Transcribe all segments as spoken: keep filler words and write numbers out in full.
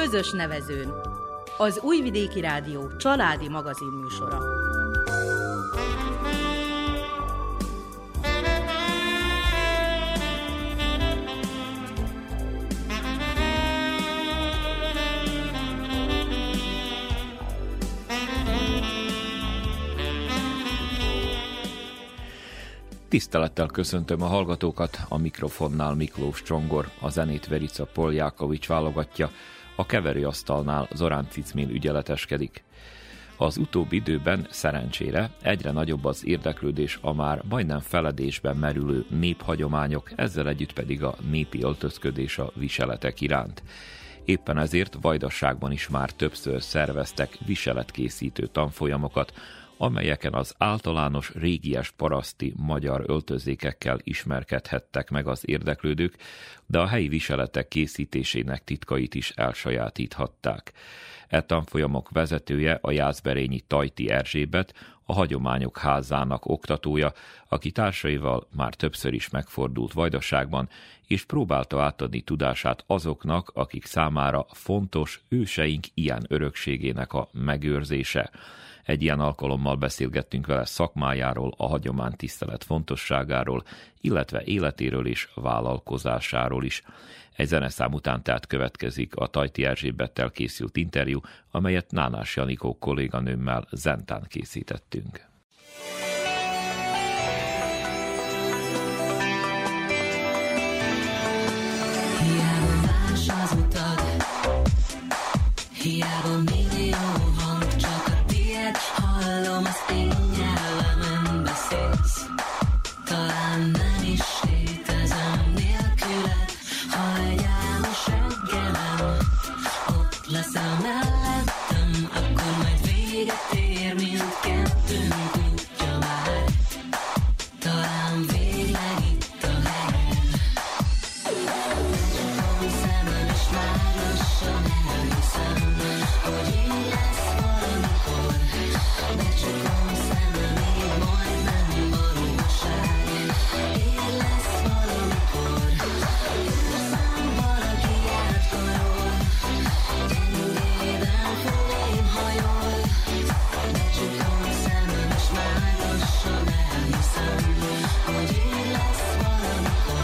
közös nevezőn. Az Újvidéki Rádió családi magazin műsora. Tisztelettel köszöntöm a hallgatókat, a mikrofonnál Miklós Csongor, a zenét Verica Poljákovics válogatja, a keverőasztalnál Zorán Cicmén ügyeleteskedik. Az utóbbi időben szerencsére egyre nagyobb az érdeklődés a már majdnem feledésben merülő néphagyományok, ezzel együtt pedig a népi öltözködés a viseletek iránt. Éppen ezért Vajdaságban is már többször szerveztek viseletkészítő tanfolyamokat, amelyeken az általános régies paraszti magyar öltözékekkel ismerkedhettek meg az érdeklődők, de a helyi viseletek készítésének titkait is elsajátíthatták. E tanfolyamok vezetője a jászberényi Tajti Erzsébet, a Hagyományok Házának oktatója, aki társaival már többször is megfordult Vajdaságban, és próbálta átadni tudását azoknak, akik számára fontos őseink ilyen örökségének a megőrzése. Egy ilyen alkalommal beszélgettünk vele szakmájáról, a hagyománytisztelet fontosságáról, illetve életéről és vállalkozásáról is. Egy zeneszám után tehát következik a Tajti Erzsébettel készült interjú, amelyet Nánás Janikó kolléganőmmel Zentán készítettünk. Hiába más az utad, hiába millió hang, csak a tiéd hallom, azt én nyelvemen beszélsz. Talán nem is létezem nélküled, ha egy álmos reggelem ott leszel mellettem, akkor majd véget ér mindkettőnk útja már. Talán végleg itt a hely. Becsukom szemem és már lassan elhiszem, hogy így lesz valamikor. Becsukom szemem, így majdnem valóság. Így lesz valamikor. Érzem valaki átkarol, gyengéden fölém hajol. Becsukom szemem és már lassan elhiszem, hogy így lesz valamikor.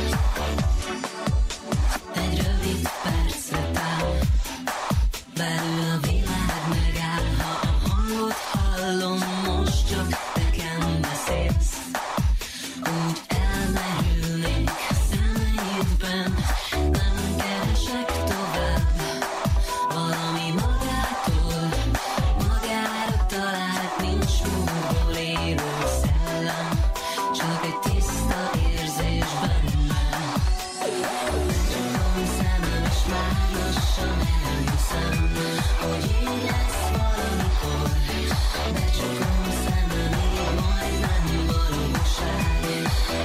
Egy rövid percre táll, belül a világ megáll, ha a hangot hallom, most csak nekem beszélsz. Úgy elmerülnék szemeidben, nem keresek tovább, valami magától, magára talált, nincs múlból élő szellem, csak egy tiszta érzés bennem. Becsukom szemem és már lassan elhiszem, hogy így lesz valamikor. Becsukom szemem, így majdnem valóság.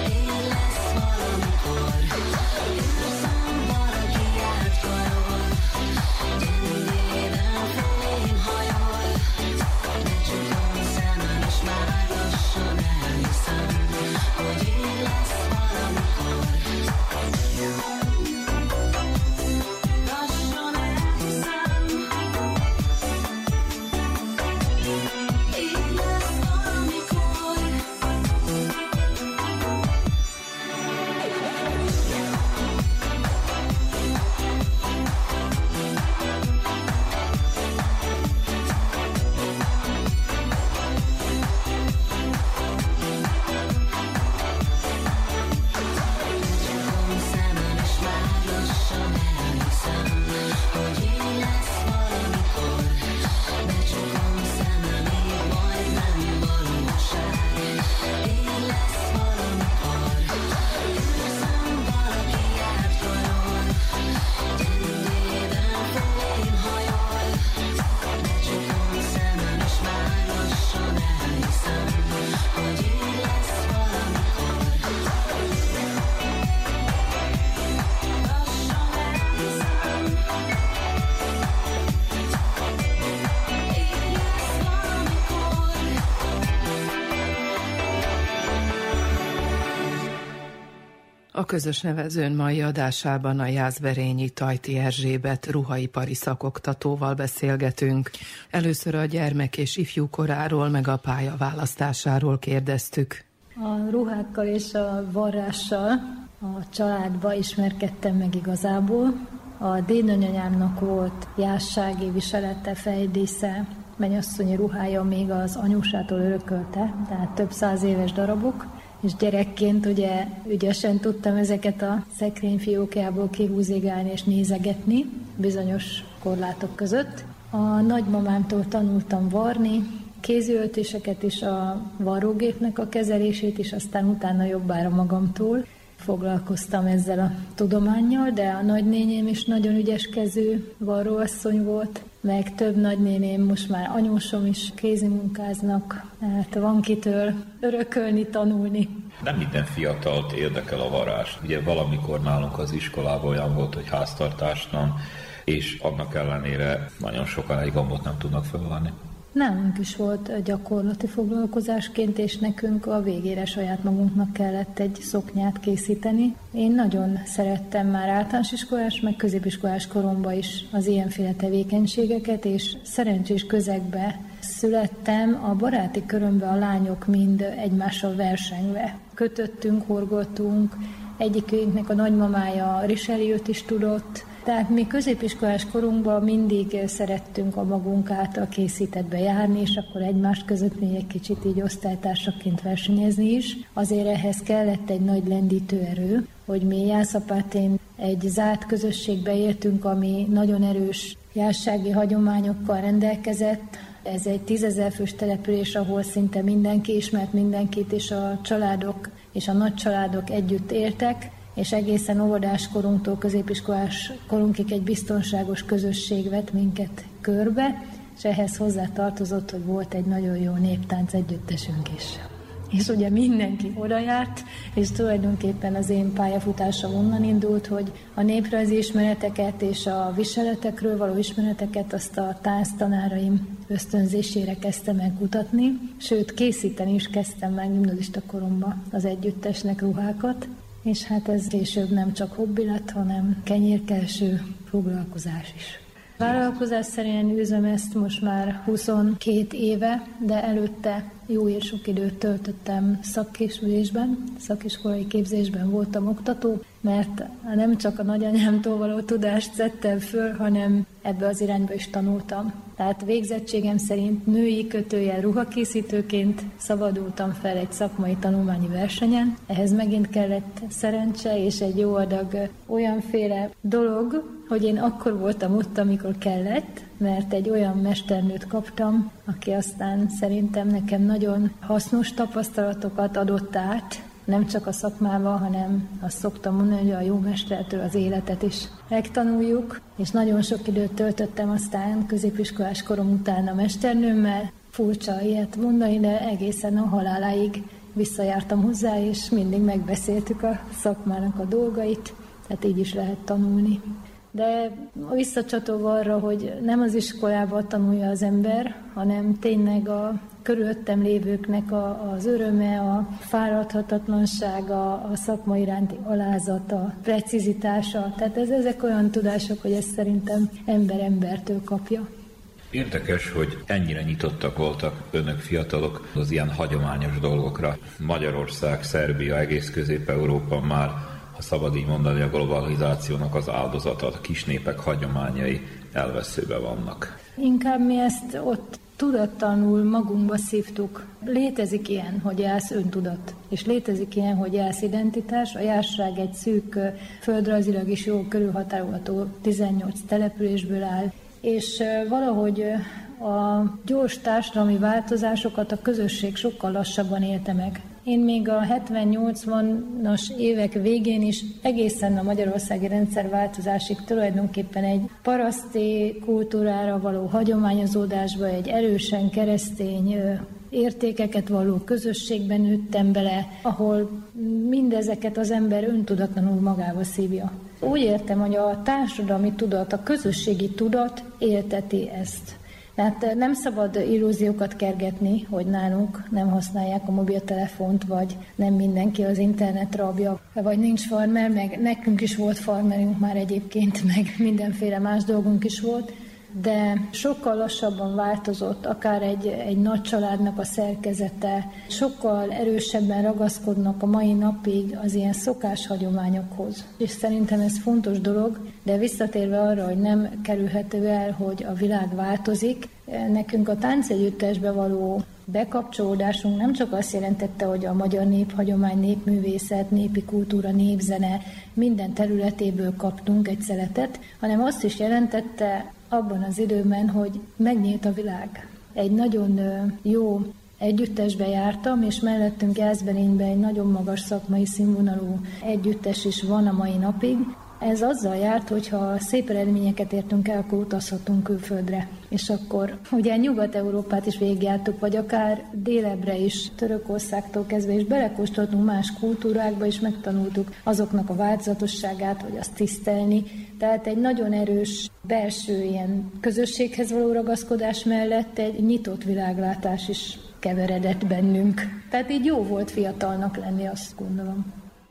A közös nevezőn mai adásában a Jászberényi Tajti Erzsébet ruhaipari szakoktatóval beszélgetünk. Először a gyermek és ifjú koráról, meg a pálya választásáról kérdeztük. A ruhákkal és a varrással a családba ismerkedtem meg igazából. A dédnagyanyámnak volt jászsági viselete, fejdísze, mennyasszonyi ruhája még az anyósától örökölte, tehát több száz éves darabok, és gyerekként ugye ügyesen tudtam ezeket a szekrényfiókjából kihúzigálni és nézegetni bizonyos korlátok között. A nagymamámtól tanultam varni, kéziöltéseket is, a varrógépnek a kezelését is, aztán utána jobbára magamtól foglalkoztam ezzel a tudománnyal, de a nagynényém is nagyon ügyeskező varróasszony volt, meg több nagynéném, most már anyósom is kézimunkáznak, hát van kitől örökölni, tanulni. Nem minden fiatalt érdekel a varrás. Ugye valamikor nálunk az iskolában olyan volt, hogy háztartástan, és annak ellenére nagyon sokan egy gombot nem tudnak felvarni. Nálunk is volt gyakorlati foglalkozásként, és nekünk a végére saját magunknak kellett egy szoknyát készíteni. Én nagyon szerettem már általános iskolás, meg középiskolás koromban is az ilyenféle tevékenységeket, és szerencsés közegbe születtem, a baráti körömbe a lányok mind egymással versengve. Kötöttünk, horgottunk, egyikünknek a nagymamája Richelieu-t is tudott, tehát mi középiskolás korunkban mindig szerettünk a magunk által készítettbe járni, és akkor egymás között még egy kicsit így osztálytársaként versenyezni is. Azért ehhez kellett egy nagy lendítőerő, hogy mi Jászapátén egy zárt közösségbe éltünk, ami nagyon erős jászsági hagyományokkal rendelkezett. Ez egy tízezer fős település, ahol szinte mindenki ismert mindenkit, és a családok és a nagycsaládok együtt éltek, és egészen óvodás korunktól középiskolás korunkig egy biztonságos közösség vett minket körbe, és ehhez hozzá tartozott, hogy volt egy nagyon jó néptánc együttesünk is. És ugye mindenki oda járt, és tulajdonképpen az én pályafutásom onnan indult, hogy a néprajzi ismereteket és a viseletekről való ismereteket azt a tánctanáraim ösztönzésére kezdtem meg kutatni, sőt készíteni is kezdtem meg gimnazista koromban az együttesnek ruhákat, és hát ez később nem csak hobbi lett, hanem kenyérkereső foglalkozás is. Vállalkozás szerint űzöm ezt most már huszonkét éve, de előtte jó és sok időt töltöttem szakképzésben, szakiskolai képzésben voltam oktató, mert nem csak a nagyanyámtól való tudást szedtem föl, hanem ebbe az irányba is tanultam. Tehát végzettségem szerint női kötőjel ruhakészítőként szabadultam fel egy szakmai tanulmányi versenyen. Ehhez megint kellett szerencse és egy jó adag olyanféle dolog, hogy én akkor voltam ott, amikor kellett, mert egy olyan mesternőt kaptam, aki aztán szerintem nekem nagyon hasznos tapasztalatokat adott át, nem csak a szakmával, hanem azt szoktam mondani, hogy a jó mestertől az életet is megtanuljuk, és nagyon sok időt töltöttem aztán középiskolás korom után a mesternőmmel. Furcsa ilyet mondani, de egészen a haláláig visszajártam hozzá, és mindig megbeszéltük a szakmának a dolgait, tehát így is lehet tanulni. De visszacsatolva arra, hogy nem az iskolában tanulja az ember, hanem tényleg a körülöttem lévőknek a, az öröme, a fáradhatatlansága, a szakma iránti alázata, a precizitása. Tehát ez, ezek olyan tudások, hogy ezt szerintem ember embertől kapja. Érdekes, hogy ennyire nyitottak voltak önök fiatalok az ilyen hagyományos dolgokra. Magyarország, Szerbia, egész Közép-Európa már, ha szabad így mondani, a globalizációnak az áldozata, a kisnépek hagyományai elveszőbe vannak. Inkább mi ezt ott tudatlanul magunkba szívtuk. Létezik ilyen, hogy jász öntudat, és létezik ilyen, hogy jász identitás. A jászság egy szűk, földrajzilag is jól körülhatárolható tizennyolc településből áll, és valahogy a gyors társadalmi változásokat a közösség sokkal lassabban élte meg. Én még a hetven-nyolcvanas évek végén is egészen a magyarországi rendszerváltozásig tulajdonképpen egy paraszti kultúrára való hagyományozódásba, egy erősen keresztény értékeket való közösségben nőttem bele, ahol mindezeket az ember öntudatlanul magába szívja. Úgy értem, hogy a társadalmi tudat, a közösségi tudat élteti ezt. Tehát nem szabad illúziókat kergetni, hogy nálunk nem használják a mobiltelefont, vagy nem mindenki az internet rabja, vagy nincs farmer, meg nekünk is volt farmerünk már egyébként, meg mindenféle más dolgunk is volt, de sokkal lassabban változott, akár egy, egy nagy családnak a szerkezete, sokkal erősebben ragaszkodnak a mai napig az ilyen szokáshagyományokhoz. És szerintem ez fontos dolog, de visszatérve arra, hogy nem kerülhető el, hogy a világ változik, nekünk a táncegyüttesbe való bekapcsolódásunk nem csak azt jelentette, hogy a magyar néphagyomány, népművészet, népi kultúra, népzene minden területéből kaptunk egy szeletet, hanem azt is jelentette abban az időben, hogy megnyílt a világ. Egy nagyon jó együttesbe jártam, és mellettünk Jászberényben egy nagyon magas szakmai színvonalú együttes is van a mai napig. Ez azzal járt, hogyha szép eredményeket értünk el, akkor utazhatunk külföldre. És akkor ugye Nyugat-Európát is végigjártuk, vagy akár délebre is, Törökországtól kezdve, és belekóstoltunk más kultúrákba, és megtanultuk azoknak a változatosságát, hogy azt tisztelni. Tehát egy nagyon erős belső ilyen közösséghez való ragaszkodás mellett egy nyitott világlátás is keveredett bennünk. Tehát így jó volt fiatalnak lenni, azt gondolom.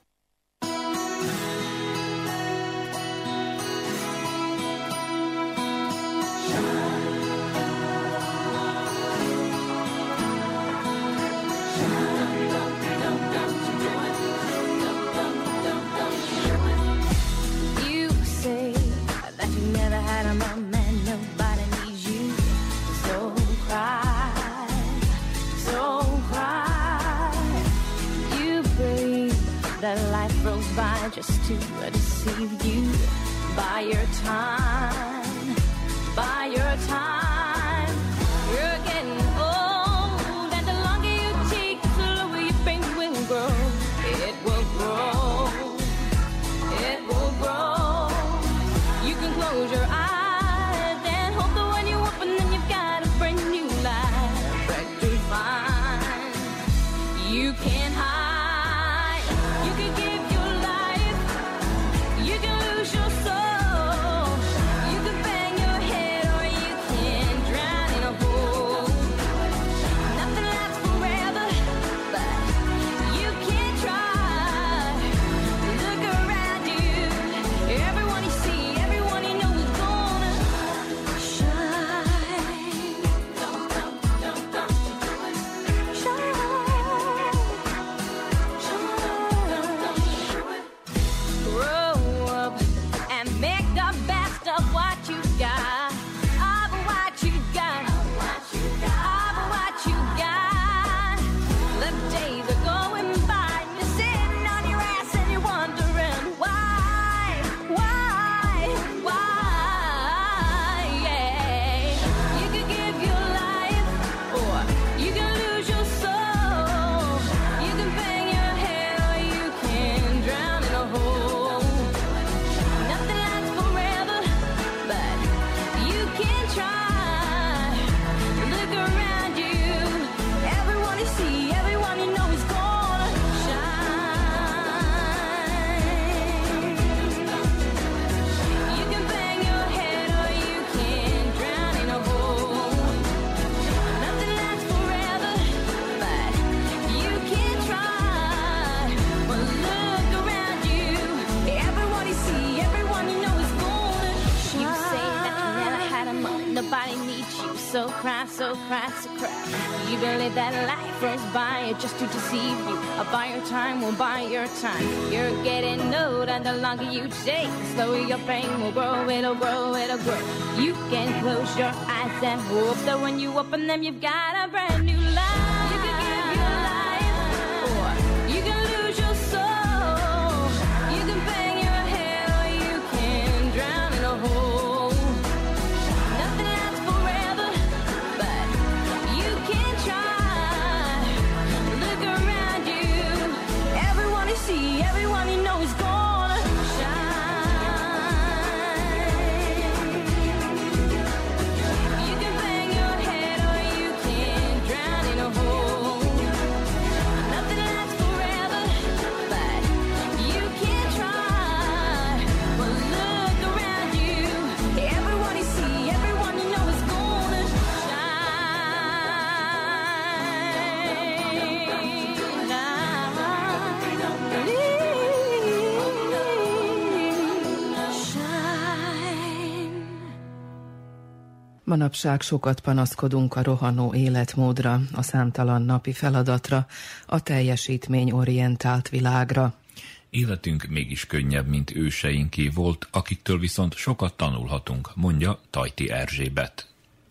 Just to deceive you. Buy your time, buy your time. You're getting old, and the longer you take, the slower your pain will grow. It will grow, it will grow. You can close your eyes and hope that when you open them, you've got a brand new life. Brand to find. You can't hide. You can give your so cry, so cry, so cry. You believe that life goes by just to deceive you. I'll buy your time, we'll buy your time. You're getting old, and the longer you take, the slower your pain will grow. It'll grow, it'll grow. You can close your eyes and hope that when you open them, you've got a brand new life. You can give your life, or you can lose your soul. You can bang your head, or you can drown in a hole. See everyone you know is gonna shine. You can bang your head or you can drown in a hole. Nothing lasts forever, but you can try. But look around you, everyone you see, everyone you know is gonna shine. Manapság sokat panaszkodunk a rohanó életmódra, a számtalan napi feladatra, a teljesítményorientált világra. Életünk mégis könnyebb, mint őseinké volt, akiktől viszont sokat tanulhatunk, mondja Tajti Erzsébet.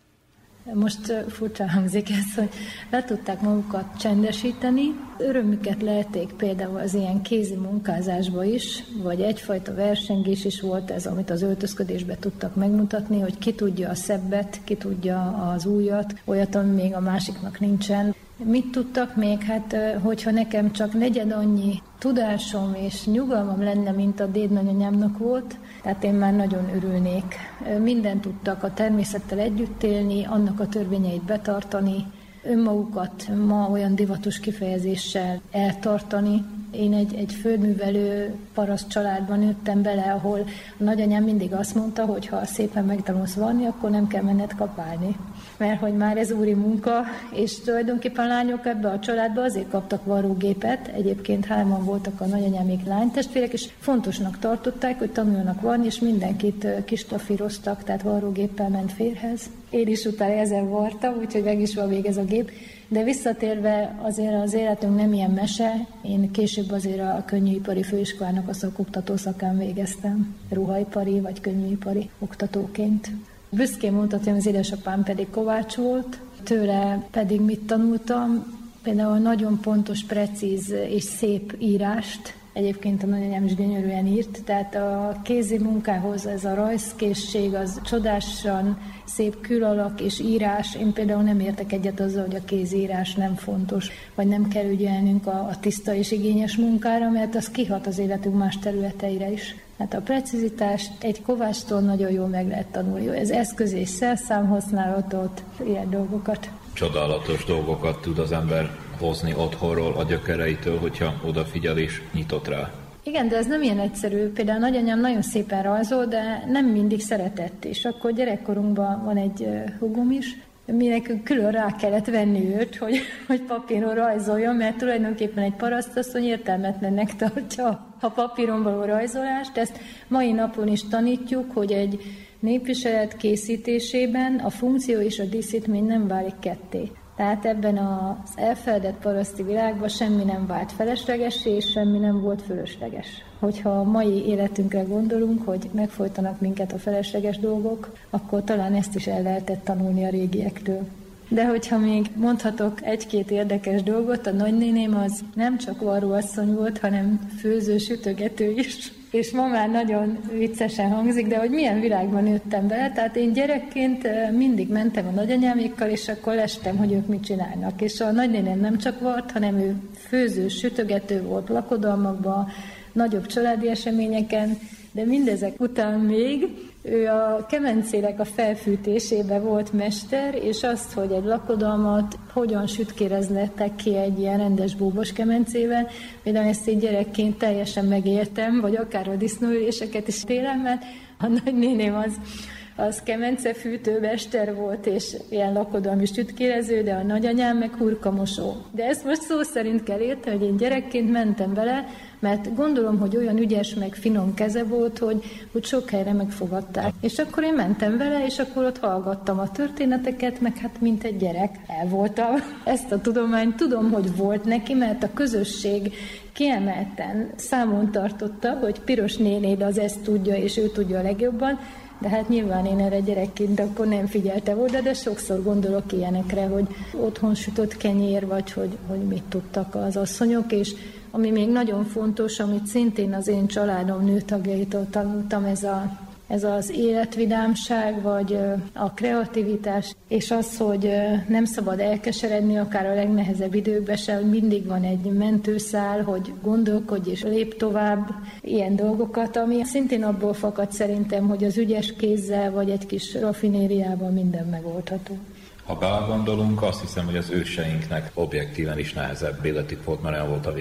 Most furcsa hangzik ez, hogy le tudták magukat csendesíteni, örömüket lehették például az ilyen kézi munkázásba is, vagy egyfajta versengés is volt ez, amit az öltözködésbe tudtak megmutatni, hogy ki tudja a szebbet, ki tudja az újat, olyat, ami még a másiknak nincsen. Mit tudtak még? Hát, hogyha nekem csak negyed annyi tudásom és nyugalmam lenne, mint a dédnagyanyámnak volt, tehát én már nagyon örülnék. Mindent tudtak a természettel együtt élni, annak a törvényeit betartani, önmagukat ma olyan divatos kifejezéssel eltartani. Én egy, egy földművelő paraszt családban nőttem bele, ahol a nagyanyám mindig azt mondta, hogy ha szépen megtanulsz varni, akkor nem kell menned kapálni. Mert hogy már ez úri munka, és tulajdonképpen a lányok ebbe a családba azért kaptak varrógépet, egyébként hárman voltak a nagyanyámék lánytestvérek, és fontosnak tartották, hogy tanuljanak varni, és mindenkit kistafíroztak, tehát varrógéppel ment férhez. Én is utána ezen vartam, úgyhogy meg is van még ez a gép. De visszatérve azért az életünk nem ilyen mese, én később azért a könnyűipari főiskolának a szakoktató szakán végeztem, ruhaipari vagy könnyűipari oktatóként. Büszkén mondhatom, az édesapám pedig kovács volt, tőle pedig mit tanultam, például nagyon pontos, precíz és szép írást, egyébként a nagyanyám is gyönyörűen írt, tehát a kézi munkához ez a rajzkészség, az csodásan szép külalak és írás. Én például nem értek egyet azzal, hogy a kézírás nem fontos, vagy nem kell ügyelnünk a, a tiszta és igényes munkára, mert az kihat az életünk más területeire is. Hát a precizitást egy kovácstól nagyon jól meg lehet tanulni. Ez eszköz és szerszámhasználatot, ilyen dolgokat. Csodálatos dolgokat tud az ember hozni otthonról, a gyökereitől, hogyha odafigyel és nyitott rá. Igen, de ez nem ilyen egyszerű. Például a nagyanyám nagyon szépen rajzol, de nem mindig szeretett. És akkor gyerekkorunkban van egy húgom is, mi nekünk külön rá kellett venni őt, hogy, hogy papíron rajzoljon, mert tulajdonképpen egy parasztasszony értelmetlennek tartja a papíron való rajzolást. Ezt mai napon is tanítjuk, hogy egy népviselet készítésében a funkció és a díszítmény nem válik ketté. Tehát ebben az elfeledett paraszti világban semmi nem vált feleslegessé, és semmi nem volt fölösleges. Hogyha a mai életünkre gondolunk, hogy megfojtanak minket a felesleges dolgok, akkor talán ezt is el lehetett tanulni a régiektől. De hogyha még mondhatok egy-két érdekes dolgot, a nagynéném az nem csak varróasszony volt, hanem főző, sütögető is. És ma már nagyon viccesen hangzik, de hogy milyen világban nőttem bele, tehát én gyerekként mindig mentem a nagyanyámékkal, és akkor lestem, hogy ők mit csinálnak. És a nagynéném nem csak vart, hanem ő főző, sütögető volt lakodalmakban, nagyobb családi eseményeken, de mindezek után még ő a kemencének a felfűtésébe volt mester, és azt, hogy egy lakodalmat hogyan sütkérezlettek ki egy ilyen rendes búbos kemencével, például ezt én gyerekként teljesen megértem, vagy akár a disznóüléseket is télen, mert a nagynéném az, az kemencefűtőmester volt, és ilyen lakodalmi sütkérező, de a nagyanyám meg hurkamosó. De ezt most szó szerint kell érteni, hogy én gyerekként mentem vele, mert gondolom, hogy olyan ügyes, meg finom keze volt, hogy, hogy sok helyre megfogadták. És akkor én mentem vele, és akkor ott hallgattam a történeteket, meg hát mint egy gyerek el voltam. Ezt a tudományt tudom, hogy volt neki, mert a közösség kiemelten számon tartotta, hogy Piros nénéd az ezt tudja, és ő tudja a legjobban, de hát nyilván én erre gyerekként akkor nem figyeltem oda, de sokszor gondolok ilyenekre, hogy otthon sütött kenyér, vagy hogy, hogy mit tudtak az asszonyok, és ami még nagyon fontos, amit szintén az én családom nőtagjaitól tanultam, ez, a, ez az életvidámság, vagy a kreativitás, és az, hogy nem szabad elkeseredni akár a legnehezebb időkben se, hogy mindig van egy mentőszál, hogy gondolkodj és lép tovább, ilyen dolgokat, ami szintén abból fakad szerintem, hogy az ügyes kézzel, vagy egy kis raffinériával minden megoldható. Ha belegondolunk, azt hiszem, hogy az őseinknek objektíven is nehezebb életük volt, mert olyan volt a világ.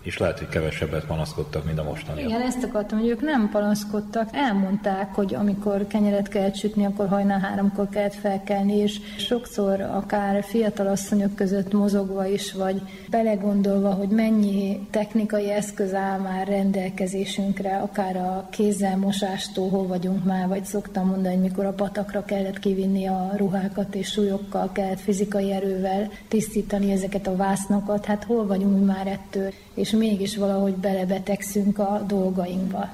és lehet, hogy kevesebbet panaszkodtak, mint a mostani. Igen, ezt akartam, hogy ők nem panaszkodtak. Elmondták, hogy amikor kenyeret kellett sütni, akkor hajnal háromkor kellett felkelni, és sokszor akár fiatal asszonyok között mozogva is, vagy belegondolva, hogy mennyi technikai eszköz áll már rendelkezésünkre, akár a kézzel mosástól hol vagyunk már, vagy szoktam mondani, hogy mikor a patakra kellett kivinni a ruhákat, és súlyokkal kellett fizikai erővel tisztítani ezeket a vásznakat, hát hol vagyunk már ettől, és mégis valahogy belebetegszünk a dolgainkba.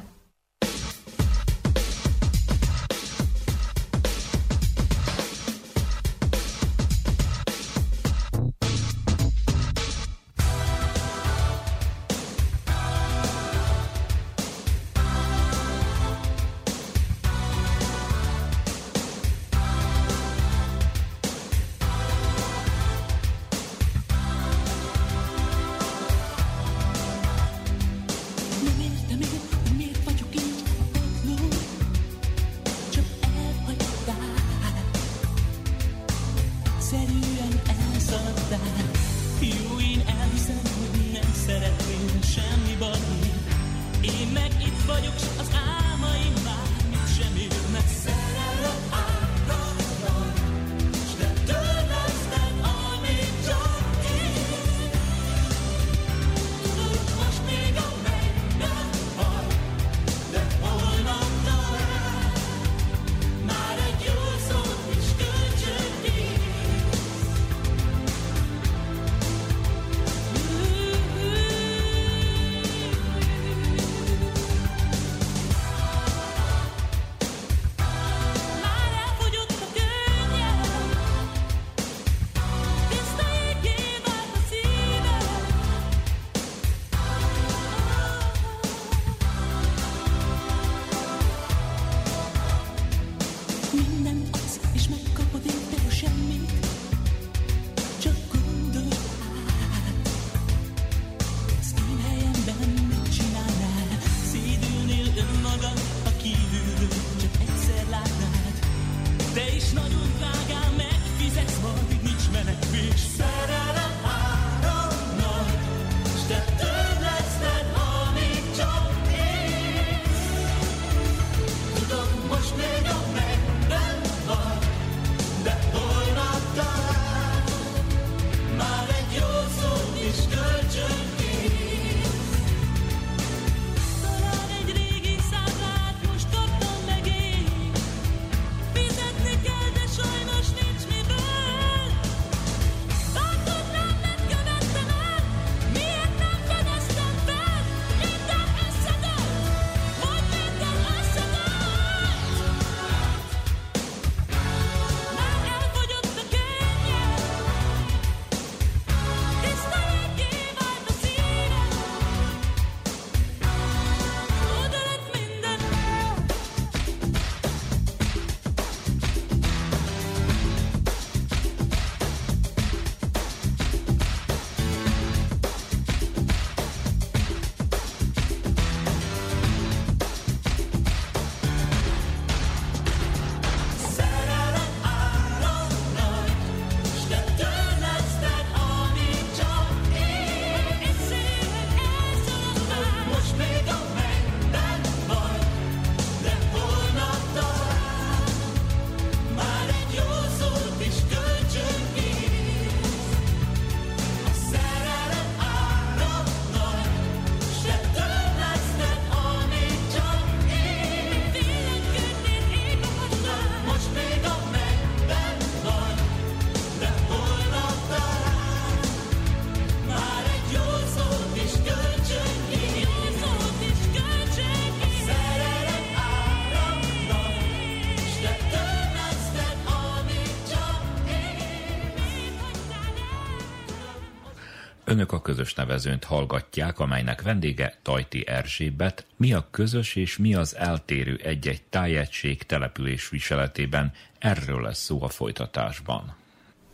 Önök a közös nevezőnt hallgatják, amelynek vendége Tajti Erzsébet. Mi a közös és mi az eltérő egy-egy tájegység település viseletében? Erről lesz szó a folytatásban.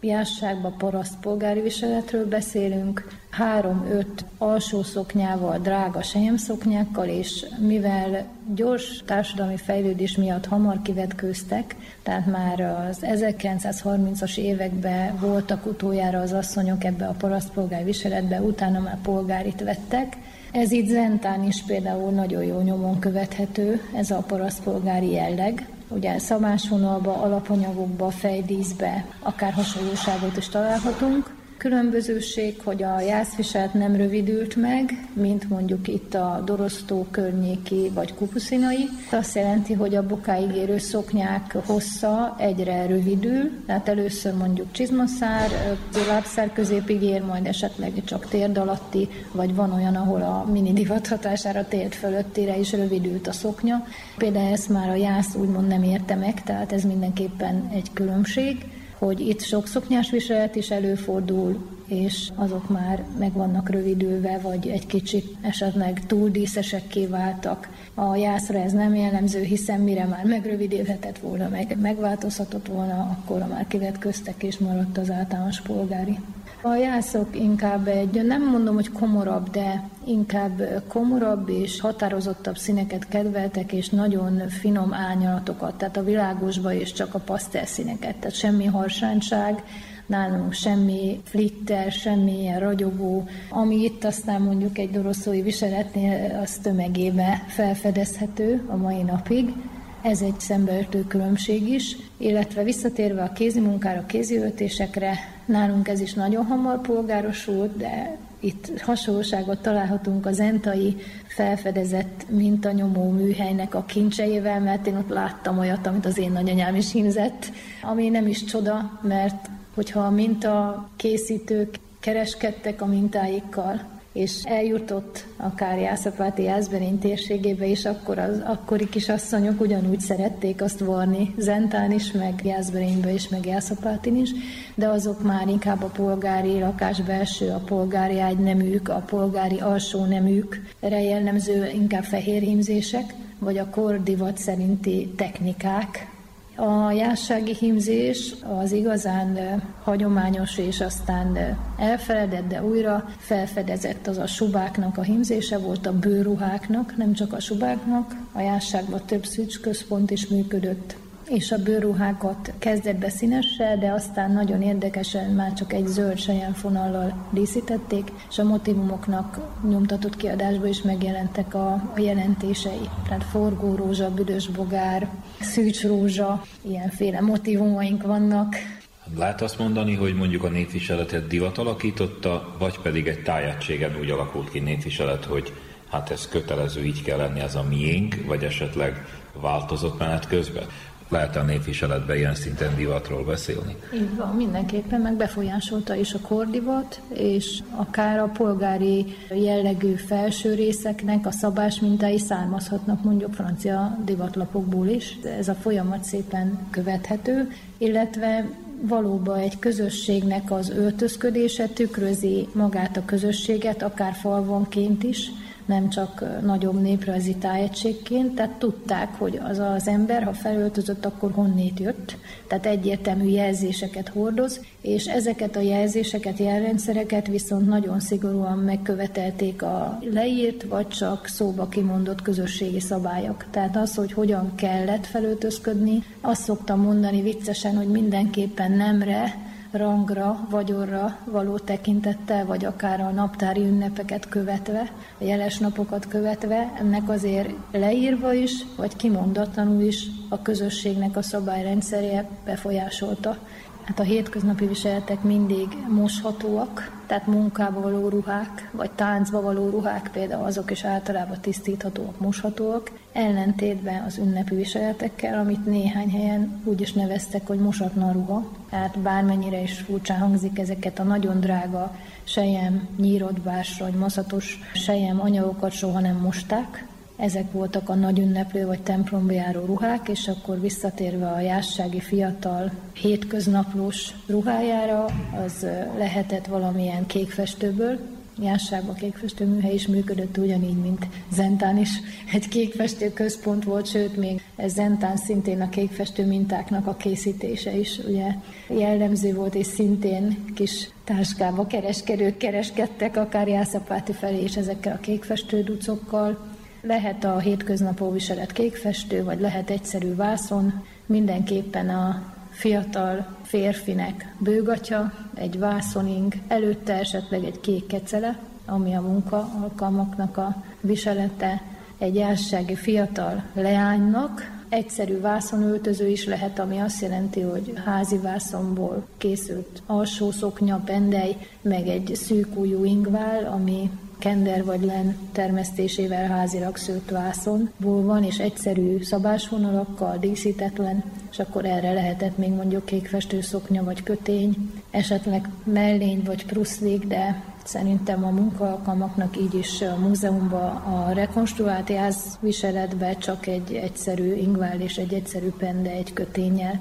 Jászságban parasztpolgári viseletről beszélünk, három-öt alsó szoknyával, drága selyemszoknyákkal, és mivel gyors társadalmi fejlődés miatt hamar kivetkőztek, tehát már az ezerkilencszázharmincas években voltak utoljára az asszonyok ebbe a parasztpolgári viseletbe, utána már polgárit vettek. Ez itt Zentán is például nagyon jó nyomon követhető, ez a parasztpolgári jelleg. Ugye szabásvonalba, alapanyagokba, fejdíszbe akár hasonlóságot is találhatunk. Különbözőség, hogy a jászviselet nem rövidült meg, mint mondjuk itt a Dorosztó környéki vagy kupuszinai. Azt jelenti, hogy a bokáig érő szoknyák hossza egyre rövidül, tehát először mondjuk csizmaszár, lábszár középig ér, majd esetleg csak térd alatti, vagy van olyan, ahol a mini divat hatására térd fölöttire is rövidült a szoknya. Például ezt már a jász úgymond nem érte meg, tehát ez mindenképpen egy különbség, hogy itt sok szoknyás viselet is előfordul, és azok már meg vannak rövidülve, vagy egy kicsit esetleg túl díszesekké váltak. A jászra ez nem jellemző, hiszen mire már megrövidülhetett volna, meg megváltozhatott volna, akkor már kivetköztek, és maradt az általános polgári. A jászok inkább egy, nem mondom, hogy komorabb, de inkább komorabb és határozottabb színeket kedveltek, és nagyon finom árnyalatokat, tehát a világosba és csak a pasztel színeket, tehát semmi harsányság, nálunk semmi flitter, semmi ilyen ragyogó, ami itt aztán mondjuk egy doroszói viseletnél az tömegébe felfedezhető a mai napig. Ez egy szembeötlő különbség is, illetve visszatérve a kézimunkára, kéziöltésekre, nálunk ez is nagyon hamar polgárosult, de itt hasonlóságot találhatunk a zentai felfedezett mintanyomó műhelynek a kincseivel, mert én ott láttam olyat, amit az én nagyanyám is hímzett, ami nem is csoda, mert hogyha a minta készítők kereskedtek a mintáikkal, és eljutott akár Jászapáti Jászberény térségébe is, akkor az akkori kisasszonyok ugyanúgy szerették azt varni Zentán is, meg Jászberénybe is, meg Jászapátin is, de azok már inkább a polgári lakásbelső, a polgári ágyneműk, a polgári alsó neműkre jellemző inkább fehér hímzések, vagy a kordivat szerinti technikák. A jászsági hímzés az igazán hagyományos és aztán elfeledett, de újra felfedezett, az a subáknak a hímzése volt, a bőrruháknak, nem csak a subáknak. A jászságban több szűcsközpont is működött, és a bőrruhákat kezdett be színessel, de aztán nagyon érdekesen már csak egy zöld selyemfonallal díszítették, és a motivumoknak nyomtatott kiadásban is megjelentek a, a jelentései. Tehát forgórózsa, büdösbogár, szűcsrózsa, ilyenféle motivumaink vannak. Lehet azt mondani, hogy mondjuk a népviseletet divat alakította, vagy pedig egy tájegységen úgy alakult ki népviselet, hogy hát ez kötelező, így kell lenni, ez a miénk, vagy esetleg változott menet közben? Lehet a népviseletben ilyen szinten divatról beszélni? Így van, mindenképpen, meg befolyásolta is a kordivat, és akár a polgári jellegű felső részeknek a szabás mintái származhatnak mondjuk francia divatlapokból is. Ez a folyamat szépen követhető, illetve valóban egy közösségnek az öltözködése tükrözi magát a közösséget, akár falvonként is, nem csak nagyobb néprajzi tájegységként, tehát tudták, hogy az az ember, ha felöltözött, akkor honnét jött, tehát egyértelmű jelzéseket hordoz, és ezeket a jelzéseket, jelrendszereket viszont nagyon szigorúan megkövetelték a leírt, vagy csak szóba kimondott közösségi szabályok. Tehát az, hogy hogyan kellett felöltözködni, azt szoktam mondani viccesen, hogy mindenképpen nemre, rangra, vagyonra való tekintettel, vagy akár a naptári ünnepeket követve, a jeles napokat követve, ennek azért leírva is, vagy kimondatlanul is a közösségnek a szabályrendszerje befolyásolta. Hát a hétköznapi viseletek mindig moshatóak, tehát munkába való ruhák, vagy táncba való ruhák, például azok is általában tisztíthatóak, moshatóak, ellentétben az ünnepi viseletekkel, amit néhány helyen úgy is neveztek, hogy mosatlan ruha. Tehát bármennyire is furcsán hangzik, ezeket a nagyon drága sejem, nyírott bársra, vagy maszatos sejem anyagokat soha nem mosták. Ezek voltak a nagy ünneplő vagy templomba járó ruhák, és akkor visszatérve a jászsági fiatal hétköznaplós ruhájára, az lehetett valamilyen kékfestőből, Jászságban kékfestőműhely is működött, ugyanígy, mint Zentán is egy kékfestő központ volt, sőt, még Zentán szintén a kékfestő mintáknak a készítése is ugye jellemző volt, és szintén kis táskába kereskedők kereskedtek, akár Jászapáti felé is ezekkel a kékfestő ducokkal. Lehet a hétköznapú viselet kékfestő, vagy lehet egyszerű vászon, mindenképpen a fiatal férfinek bőgatya, egy vászoning, előtte esetleg egy kék kecele, ami a munka alkalmaknak a viselete, egy jászsági fiatal leánynak, egyszerű vászonöltöző is lehet, ami azt jelenti, hogy házi vászonból készült alsó szoknya, pendely, meg egy szűkújú ingvál, ami kender vagy len termesztésével házilag szőtt vászonból van, és egyszerű szabásvonalakkal díszítetlen, és akkor erre lehetett még mondjuk kékfestő szoknya vagy kötény, esetleg mellény vagy pruszlik, de szerintem a munkaalkalmaknak így is a múzeumban a rekonstruált jászviseletben csak egy egyszerű ingvál és egy egyszerű pende egy köténnyel.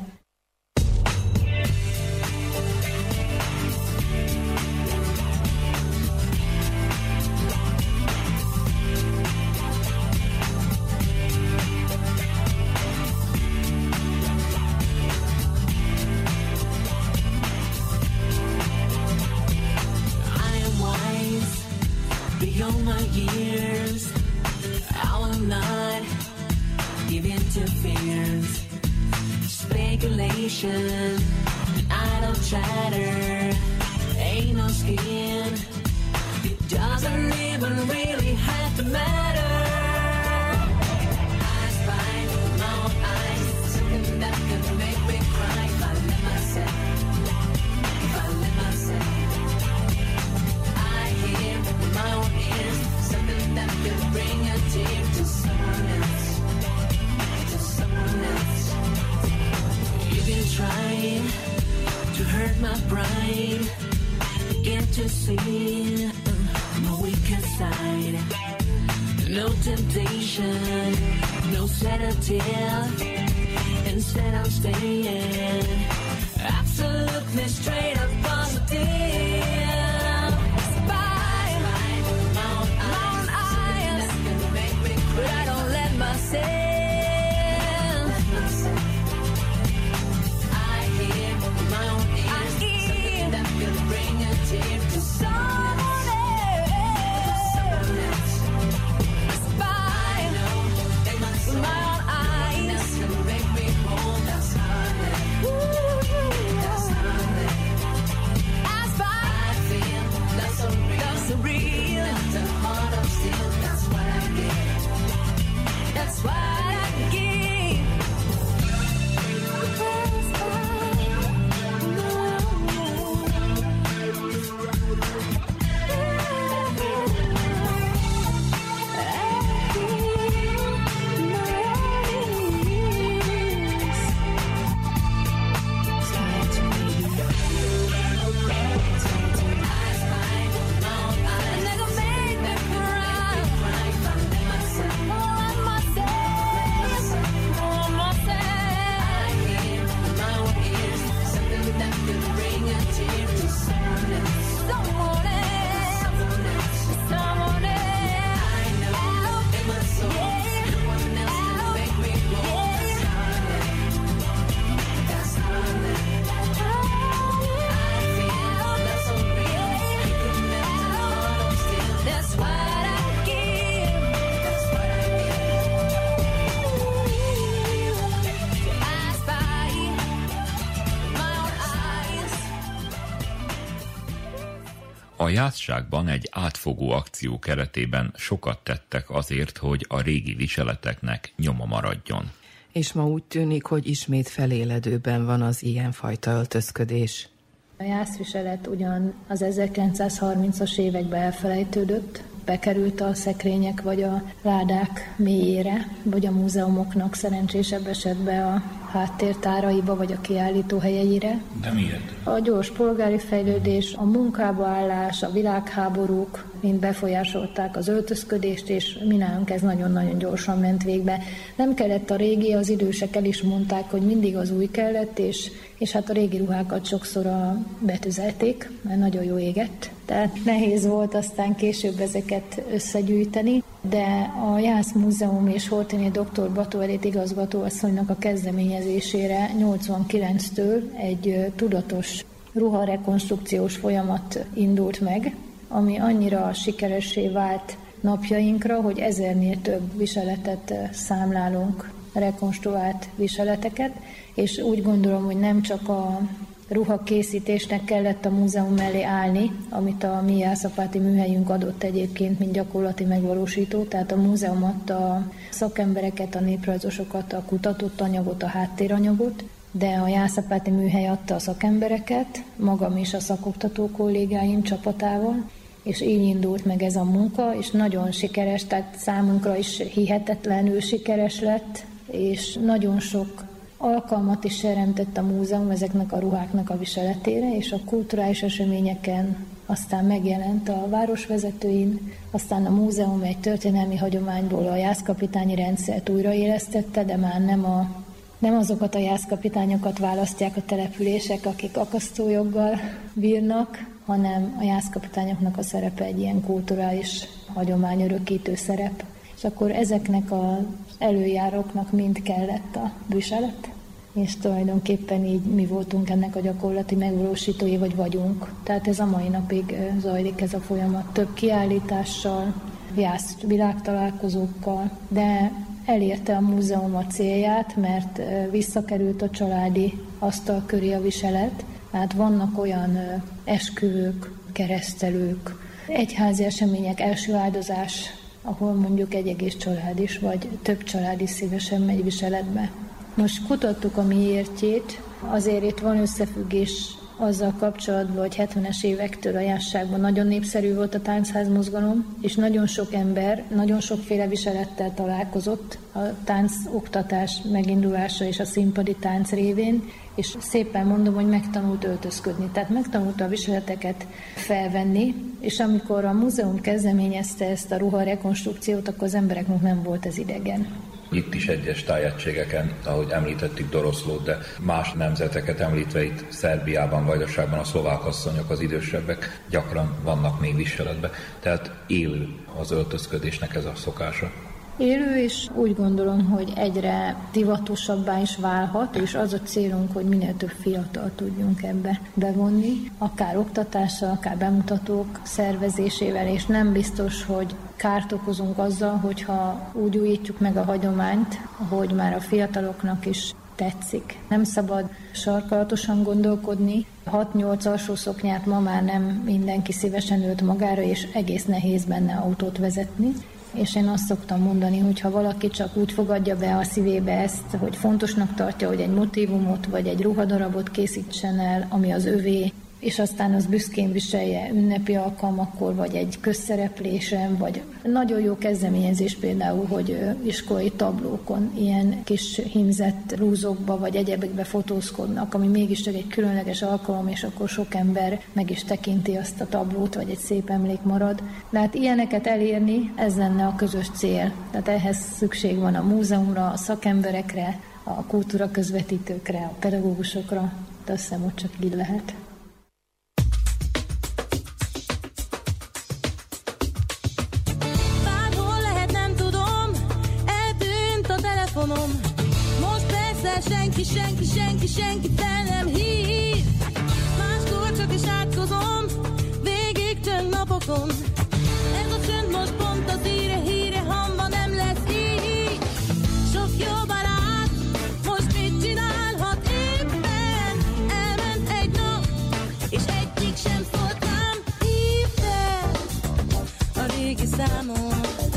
A Jászságban egy átfogó akció keretében sokat tettek azért, hogy a régi viseleteknek nyoma maradjon. És ma úgy tűnik, hogy ismét feléledőben van az ilyenfajta öltözködés. A jászviselet ugyan az ezerkilencszázharmincas években elfelejtődött, bekerült a szekrények vagy a ládák mélyére, vagy a múzeumoknak szerencsésebb esetben a háttértáraiba, vagy a kiállító helyeire. De miért? A gyors polgári fejlődés, a munkába állás, a világháborúk mind befolyásolták az öltözködést, és mi nálunk ez nagyon-nagyon gyorsan ment végbe. Nem kellett a régi, az idősek el is mondták, hogy mindig az új kellett, és, és hát a régi ruhákat sokszor a betüzelték, mert nagyon jó égett. Tehát nehéz volt aztán később ezeket összegyűjteni, de a Jász Múzeum és Horthyné doktor Bató Edith igazgatóasszonynak a kezdeményezésére nyolcvankilenctől egy tudatos ruharekonstrukciós folyamat indult meg, ami annyira sikeressé vált napjainkra, hogy ezernél több viseletet számlálunk, rekonstruált viseleteket, és úgy gondolom, hogy nem csak a ruhakészítésnek kellett a múzeum mellé állni, amit a mi Jászapáti műhelyünk adott egyébként, mint gyakorlati megvalósító, tehát a múzeum adta a szakembereket, a néprajzosokat, a kutatott anyagot, a háttéranyagot, de a Jászapáti műhely adta a szakembereket, magam és a szakoktató kollégáim csapatával, és így indult meg ez a munka, és nagyon sikeres, tehát számunkra is hihetetlenül sikeres lett, és nagyon sok alkalmat is teremtett a múzeum ezeknek a ruháknak a viseletére, és a kulturális eseményeken aztán megjelent a városvezetőin, aztán a múzeum egy történelmi hagyományból a jászkapitányi rendszert újraélesztette, de már nem, a, nem azokat a jászkapitányokat választják a települések, akik akasztójoggal bírnak, hanem a jászkapitányoknak a szerepe egy ilyen kulturális hagyományörökítő szerep. És akkor ezeknek az előjáróknak mind kellett a viselet, és tulajdonképpen így mi voltunk ennek a gyakorlati megvalósítói, vagy vagyunk. Tehát ez a mai napig zajlik ez a folyamat több kiállítással, jász világtalálkozókkal, de elérte a múzeum a célját, mert visszakerült a családi asztal köré a viselet. Hát vannak olyan esküvők, keresztelők, egyházi események, első áldozás, ahol mondjuk egy egész család is, vagy több család is szívesen megy viseletbe. Most kutattuk a miértjét, azért itt van összefüggés azzal kapcsolatban, hogy hetvenes évektől a Jászságban nagyon népszerű volt a táncházmozgalom, és nagyon sok ember, nagyon sokféle viselettel találkozott a táncoktatás megindulása és a színpadi tánc révén, és szépen mondom, hogy megtanult öltözködni, tehát megtanulta a viseleteket felvenni, és amikor a múzeum kezdeményezte ezt a ruha rekonstrukciót, akkor az embereknek nem volt ez idegen. Itt is egyes tájegységeken, ahogy említettük Doroszlót, de más nemzeteket említve itt Szerbiában, Vajdaságban a szlovák asszonyok, az idősebbek gyakran vannak még viseletben. Tehát élő az öltözködésnek ez a szokása. Élő, és úgy gondolom, hogy egyre divatosabbá is válhat, és az a célunk, hogy minél több fiatal tudjunk ebbe bevonni, akár oktatással, akár bemutatók szervezésével, és nem biztos, hogy kárt okozunk azzal, hogyha úgy újítjuk meg a hagyományt, hogy már a fiataloknak is tetszik. Nem szabad sarkalatosan gondolkodni. hat-nyolc alsó szoknyát ma már nem mindenki szívesen ölt magára, és egész nehéz benne autót vezetni. És én azt szoktam mondani, hogy ha valaki csak úgy fogadja be a szívébe ezt, hogy fontosnak tartja, hogy egy motívumot vagy egy ruhadarabot készítsen el, ami az övé, és aztán az büszkén viselje ünnepi alkalmakkor, vagy egy közszereplésen, vagy nagyon jó kezdeményezés például, hogy iskolai tablókon ilyen kis hímzett rúzokba, vagy egyebekbe fotózkodnak, ami mégiscsak egy különleges alkalom, és akkor sok ember meg is tekinti azt a tablót, vagy egy szép emlék marad. De hát ilyeneket elérni, ez lenne a közös cél. Tehát ehhez szükség van a múzeumra, a szakemberekre, a kultúra közvetítőkre, a pedagógusokra, de azt hiszem, hogy csak így lehet. Most persze senki, senki, senki, senki fel nem hív. Máskor csak is átkozom, végig csönd napokon. Ez a csönd most pont az íre, híre, hamba nem lesz így. Sok jó barát, most mit csinálhat éppen? Elment egy nap, és egyik sem szólt rám. Hív fel a régi számon.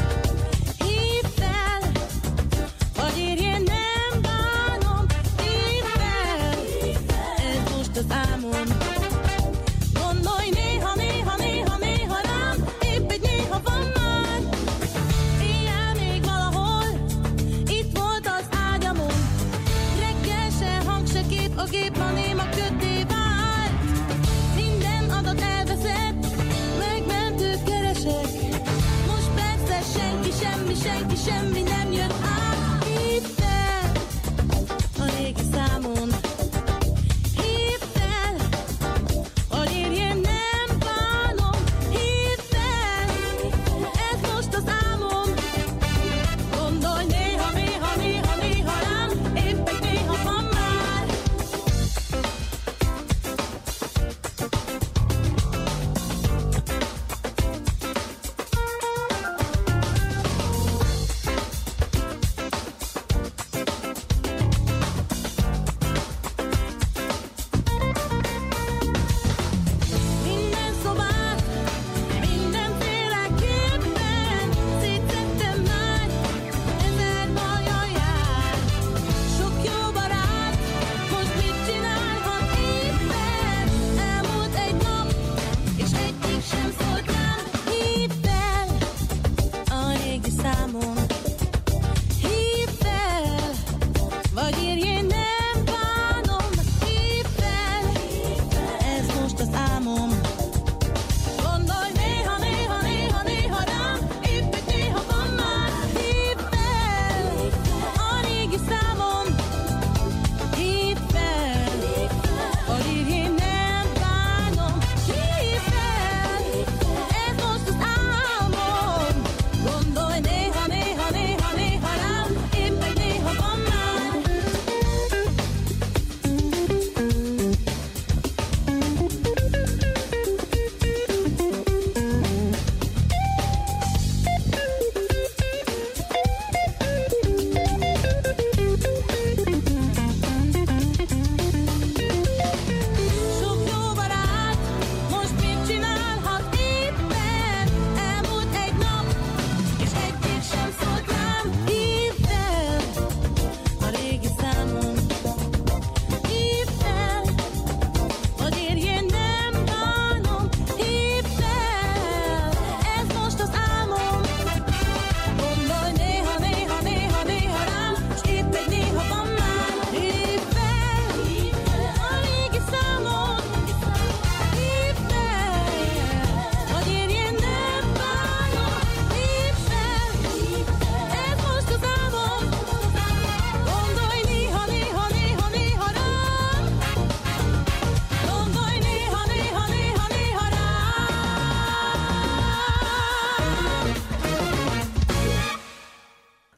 Senki, semmi nem jön át. Hívd fel a régi számon. Hívd fel, hogy érjen, nem bánom.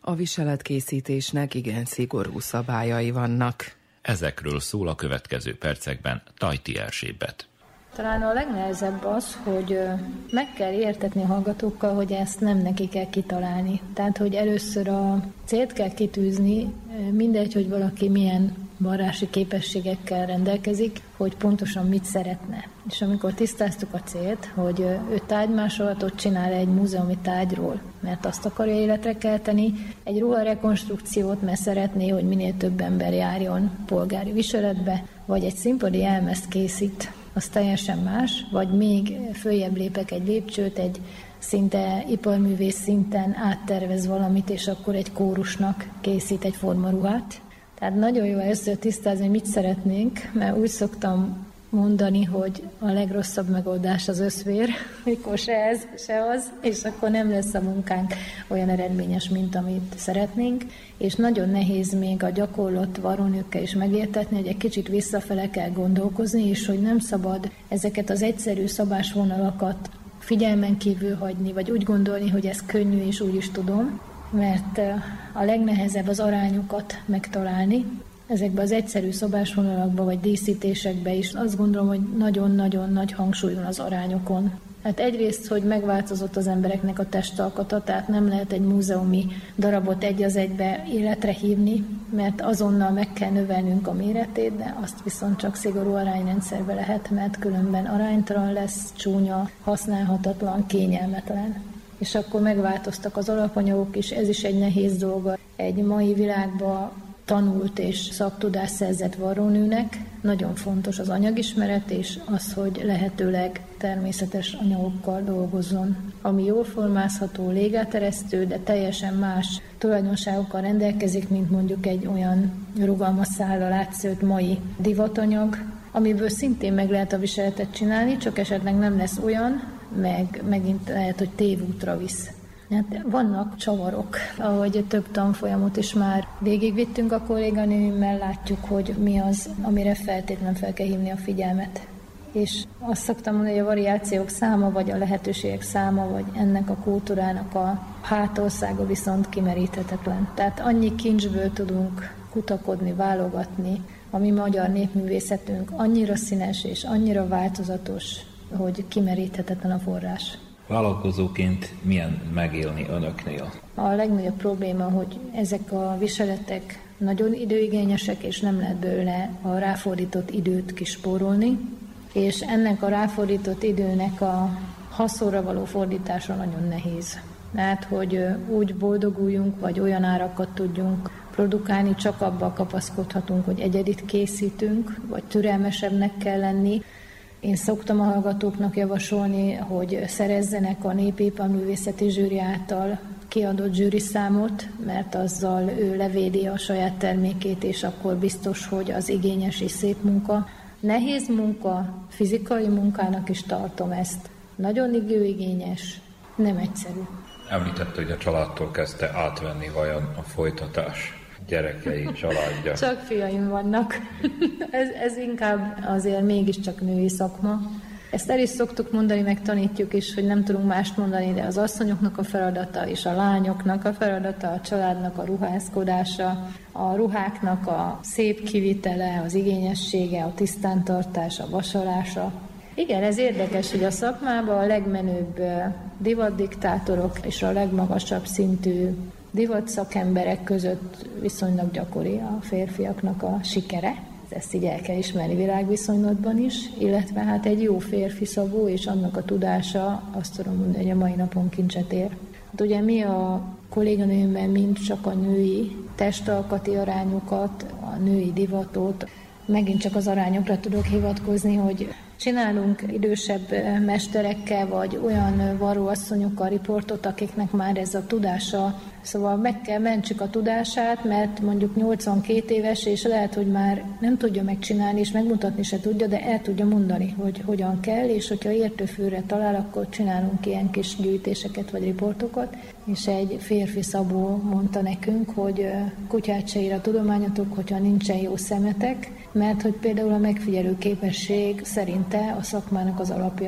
A viseletkészítésnek igen szigorú szabályai vannak. Ezekről szól a következő percekben Tajti Erzsébet. Talán a legnehezebb az, hogy meg kell értetni a hallgatókkal, hogy ezt nem neki kell kitalálni. Tehát, hogy először a célt kell kitűzni, mindegy, hogy valaki milyen varrási képességekkel rendelkezik, hogy pontosan mit szeretne. És amikor tisztáztuk a célt, hogy ő tárgymásolatot csinál egy múzeumi tárgyról, mert azt akarja életre kelteni, egy ruharekonstrukciót, mert szeretné, hogy minél több ember járjon polgári viseletbe, vagy egy színpadi elmezt készít, az teljesen más, vagy még följebb lépek egy lépcsőt, egy szinte iparművész szinten áttervez valamit, és akkor egy kórusnak készít egy formaruhát. Tehát nagyon jó először tisztázni, hogy mit szeretnénk, mert úgy szoktam mondani, hogy a legrosszabb megoldás az összvér, mikor se ez, se az, és akkor nem lesz a munkánk olyan eredményes, mint amit szeretnénk, és nagyon nehéz még a gyakorlott varrónőkkel is megértetni, hogy egy kicsit visszafele kell gondolkozni, és hogy nem szabad ezeket az egyszerű szabásvonalakat figyelmen kívül hagyni, vagy úgy gondolni, hogy ez könnyű, és úgy is tudom, mert a legnehezebb az arányokat megtalálni. Ezekben az egyszerű szobásvonalakban vagy díszítésekben is azt gondolom, hogy nagyon-nagyon nagy hangsúly van az arányokon. Hát egyrészt, hogy megváltozott az embereknek a testalkata, tehát nem lehet egy múzeumi darabot egy az egybe életre hívni, mert azonnal meg kell növelnünk a méretét, de azt viszont csak szigorú arányrendszerbe lehet, mert különben aránytalan lesz, csúnya, használhatatlan, kényelmetlen. És akkor megváltoztak az alapanyagok is, ez is egy nehéz dolga. Egy mai világban tanult és szaktudást szerzett varrónőnek nagyon fontos az anyagismeret, és az, hogy lehetőleg természetes anyagokkal dolgozzon, ami jól formázható, légáteresztő, de teljesen más tulajdonságokkal rendelkezik, mint mondjuk egy olyan rugalmas szállal átszőtt mai divatanyag, amiből szintén meg lehet a viseletet csinálni, csak esetleg nem lesz olyan, meg megint lehet, hogy tévútra visz. Hát vannak csavarok, ahogy több tanfolyamot is már végigvittünk a kolléganőmmel, látjuk, hogy mi az, amire feltétlenül fel kell hívni a figyelmet. És azt szoktam mondani, hogy a variációk száma, vagy a lehetőségek száma, vagy ennek a kultúrának a hátországa viszont kimeríthetetlen. Tehát annyi kincsből tudunk kutakodni, válogatni, a mi magyar népművészetünk annyira színes és annyira változatos, hogy kimeríthetetlen a forrás. Vállalkozóként milyen megélni önöknél? A legnagyobb probléma, hogy ezek a viseletek nagyon időigényesek, és nem lehet belőle a ráfordított időt kispórolni, és ennek a ráfordított időnek a haszonra való fordítása nagyon nehéz. Tehát, hogy úgy boldoguljunk, vagy olyan árakat tudjunk produkálni, csak abban kapaszkodhatunk, hogy egyedit készítünk, vagy türelmesebbnek kell lenni. Én szoktam a hallgatóknak javasolni, hogy szerezzenek a Népiparművészeti Zsűri által kiadott zsűriszámot, mert azzal ő levédi a saját termékét, és akkor biztos, hogy az igényes és szép munka. Nehéz munka, fizikai munkának is tartom ezt. Nagyon időigényes, nem egyszerű. Említette, hogy a családtól kezdte átvenni vajon a folytatás. Gyerekei, családja. Csak fiaim vannak. ez, ez inkább azért mégiscsak női szakma. Ezt el is szoktuk mondani, meg tanítjuk is, hogy nem tudunk mást mondani, de az asszonyoknak a feladata és a lányoknak a feladata, a családnak a ruházkodása, a ruháknak a szép kivitele, az igényessége, a tisztántartás, a vasalása. Igen, ez érdekes, hogy a szakmában a legmenőbb divatdiktátorok és a legmagasabb szintű divatszakemberek között viszonylag gyakori a férfiaknak a sikere. Ezt így el kell ismerni világviszonylatban is, illetve hát egy jó férfi szabó és annak a tudása, azt tudom mondani, hogy a mai napon kincset ér. Hát ugye mi a kolléganőmmel mind csak a női testalkati arányokat, a női divatot, megint csak az arányokra tudok hivatkozni, hogy csinálunk idősebb mesterekkel, vagy olyan varróasszonyokkal riportot, akiknek már ez a tudása, szóval meg kell mentsük a tudását, mert mondjuk nyolcvankét éves, és lehet, hogy már nem tudja megcsinálni, és megmutatni se tudja, de el tudja mondani, hogy hogyan kell, és hogyha értőfűre talál, akkor csinálunk ilyen kis gyűjtéseket, vagy riportokat. És egy férfi szabó mondta nekünk, hogy kutyát se ír a tudományotok, hogyha nincsen jó szemetek, mert hogy például a megfigyelő képesség szerinte a szakmának az alapja.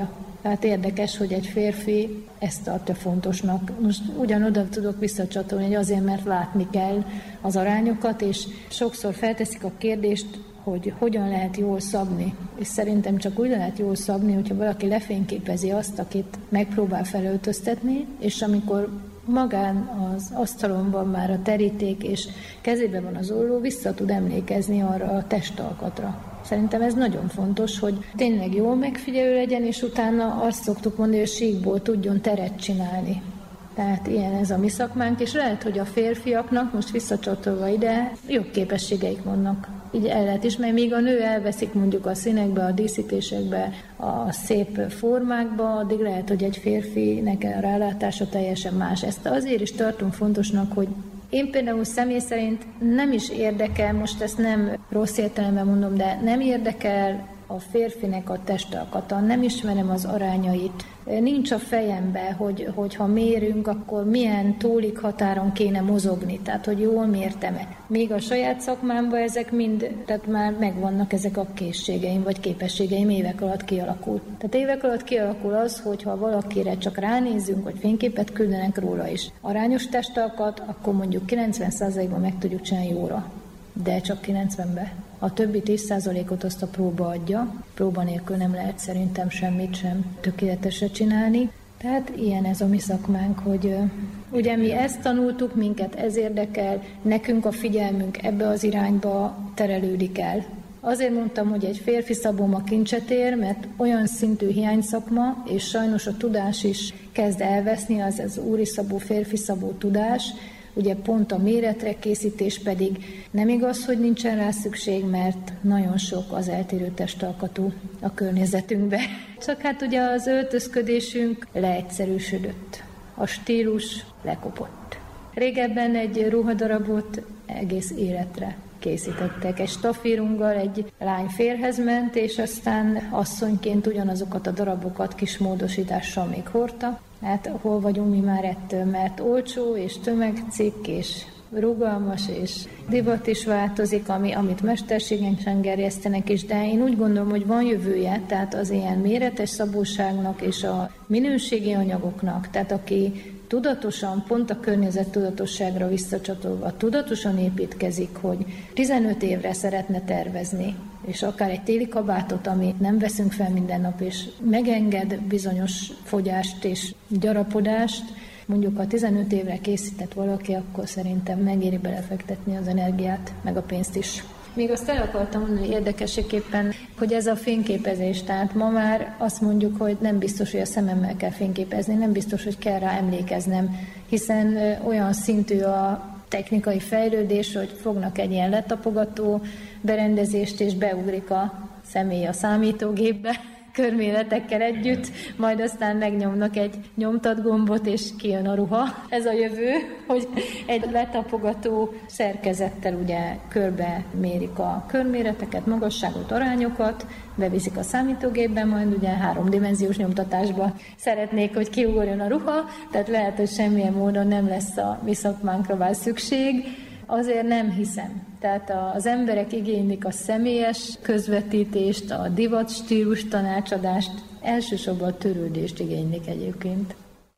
Tehát érdekes, hogy egy férfi ezt tartja fontosnak. Most ugyanoda tudok visszacsatolni, hogy azért, mert látni kell az arányokat, és sokszor felteszik a kérdést, hogy hogyan lehet jól szabni. És szerintem csak úgy lehet jól szabni, hogyha valaki lefényképezi azt, akit megpróbál felöltöztetni, és amikor magán az asztalon van már a teríték, és kezében van az olló, vissza tud emlékezni arra a testalkatra. Szerintem ez nagyon fontos, hogy tényleg jól megfigyelő legyen, és utána azt szoktuk mondani, hogy síkból tudjon teret csinálni. Tehát ilyen ez a mi szakmánk, és lehet, hogy a férfiaknak, most visszacsatolva ide, jobb képességeik vannak. Így el lehet ismerni, míg a nő elveszik mondjuk a színekbe, a díszítésekbe, a szép formákba, addig lehet, hogy egy férfinek a rálátása teljesen más. Ezt azért is tartom fontosnak, hogy én például személy szerint nem is érdekel, most ezt nem rossz értelemben mondom, de nem érdekel a férfinek a testalkata, nem ismerem az arányait. Nincs a fejembe, hogy, hogy ha mérünk, akkor milyen tólik határon kéne mozogni, tehát hogy jól mértem-e. Még a saját szakmámban ezek mind, tehát már megvannak ezek a készségeim, vagy képességeim évek alatt kialakul. Tehát évek alatt kialakul az, hogy ha valakire csak ránézzünk, vagy fényképet küldenek róla is. Arányos testalkat, akkor mondjuk kilencven százalékban meg tudjuk csinálni jóra, de csak kilencvenben. A többi tíz százalékot azt a próba adja. Próba nélkül nem lehet szerintem semmit sem tökéletesre csinálni. Tehát ilyen ez a mi szakmánk, hogy ugye mi ezt tanultuk, minket ez érdekel, nekünk a figyelmünk ebbe az irányba terelődik el. Azért mondtam, hogy egy férfi szabóm a kincset ér, mert olyan szintű hiányszakma, és sajnos a tudás is kezd elveszni, az az úri szabó, férfi szabó tudás. Ugye pont a méretre készítés pedig nem igaz, hogy nincsen rá szükség, mert nagyon sok az eltérő testalkatú a környezetünkbe. Csak hát ugye az öltözködésünk leegyszerűsödött, a stílus lekopott. Régebben egy ruhadarabot egész életre készítettek. Egy stafírunggal egy lány férhez ment, és aztán asszonyként ugyanazokat a darabokat kis módosítással még hordta. Hát hol vagyunk mi már ettől, mert olcsó és tömegcikk és rugalmas és divat is változik, ami, amit mesterségesen gerjesztenek is, de én úgy gondolom, hogy van jövője, tehát az ilyen méretes szabóságnak és a minőségi anyagoknak, tehát aki tudatosan, pont a környezet tudatosságra visszacsatolva, tudatosan építkezik, hogy tizenöt évre szeretne tervezni, és akár egy téli kabátot, amit nem veszünk fel minden nap, és megenged bizonyos fogyást és gyarapodást, mondjuk ha tizenöt évre készített valaki, akkor szerintem megéri belefektetni az energiát, meg a pénzt is. Még azt el akartam mondani érdekességképpen, hogy ez a fényképezés, tehát ma már azt mondjuk, hogy nem biztos, hogy a szememmel kell fényképezni, nem biztos, hogy kell rá emlékeznem, hiszen olyan szintű a technikai fejlődés, hogy fognak egy ilyen letapogató berendezést, és beugrik a személy a számítógépbe, körméletekkel együtt, majd aztán megnyomnak egy nyomtatgombot, és kijön a ruha. Ez a jövő, hogy egy letapogató szerkezettel ugye körbe mérik a körméreteket, magasságot, arányokat, beviszik a számítógépbe, majd ugye háromdimenziós nyomtatásba szeretnék, hogy kiugorjon a ruha, tehát lehet, hogy semmilyen módon nem lesz a mi szakmánkra már szükség. Azért nem hiszem. Tehát az emberek igénylik a személyes közvetítést, a divat stílus tanácsadást, elsősorban a törődést igénylik egyébként.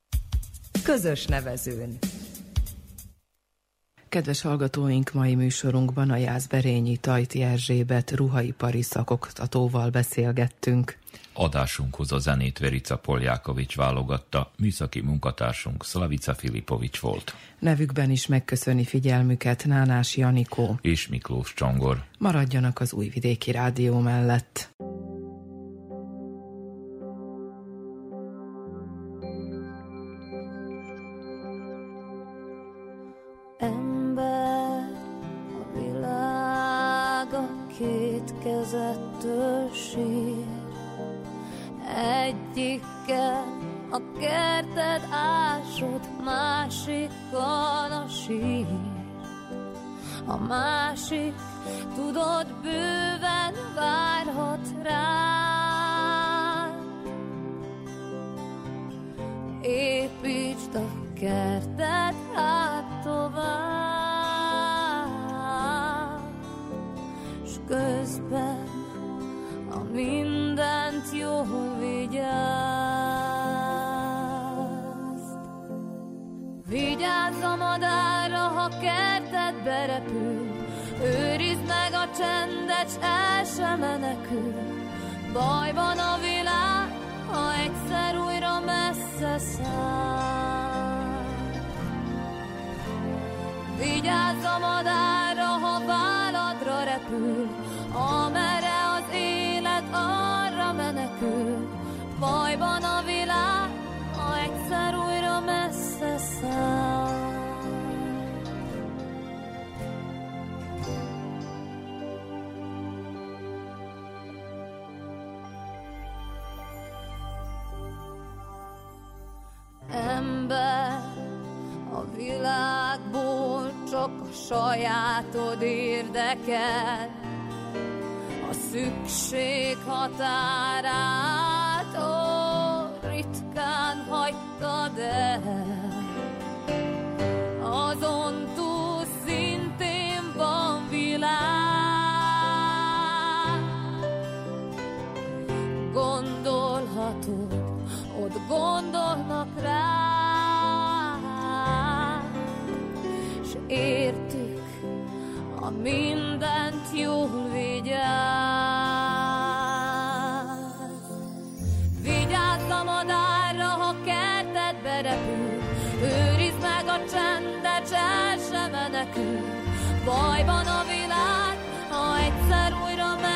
Közös nevezőn. Kedves hallgatóink, mai műsorunkban a Jászberényi Tajti Erzsébet ruhaipari szakoktatóval beszélgettünk. Adásunkhoz a zenét Verica Poljákovics válogatta, műszaki munkatársunk Slavica Filipovics volt. Nevükben is megköszöni figyelmüket Nánás Janikó és Miklós Csongor. Maradjanak az Újvidéki Rádió mellett. Ember, a világ a két kezettől sír, egyikkel a kerted ásod, másikon a sír. A másik, tudod, bőven várhat rád. Építsd a kertet hát tovább, s közben a mindent jól vigyázz. ha kertedbe repül, őrizd meg a csendet, s el sem menekül. Bajban a világ, ha egyszer újra messze száll. Vigyázz a madárra, ha válladra repül, amerre az élet, arra menekül. Bajban a világ, ha egyszer újra messze száll. Ember, a világból csak a sajátod érdekel, a szükség határát ó, ritkán hagytad el. Azon túl szintén van világ, gondolhatod, ott gondolnak rá, s értik, a mindent jól vigyáz. Vigyázz a madárra, ha kertedbe repül, őrizd meg a csendet, s el sem menekül. Bajban a világ, ha egyszer újra megy.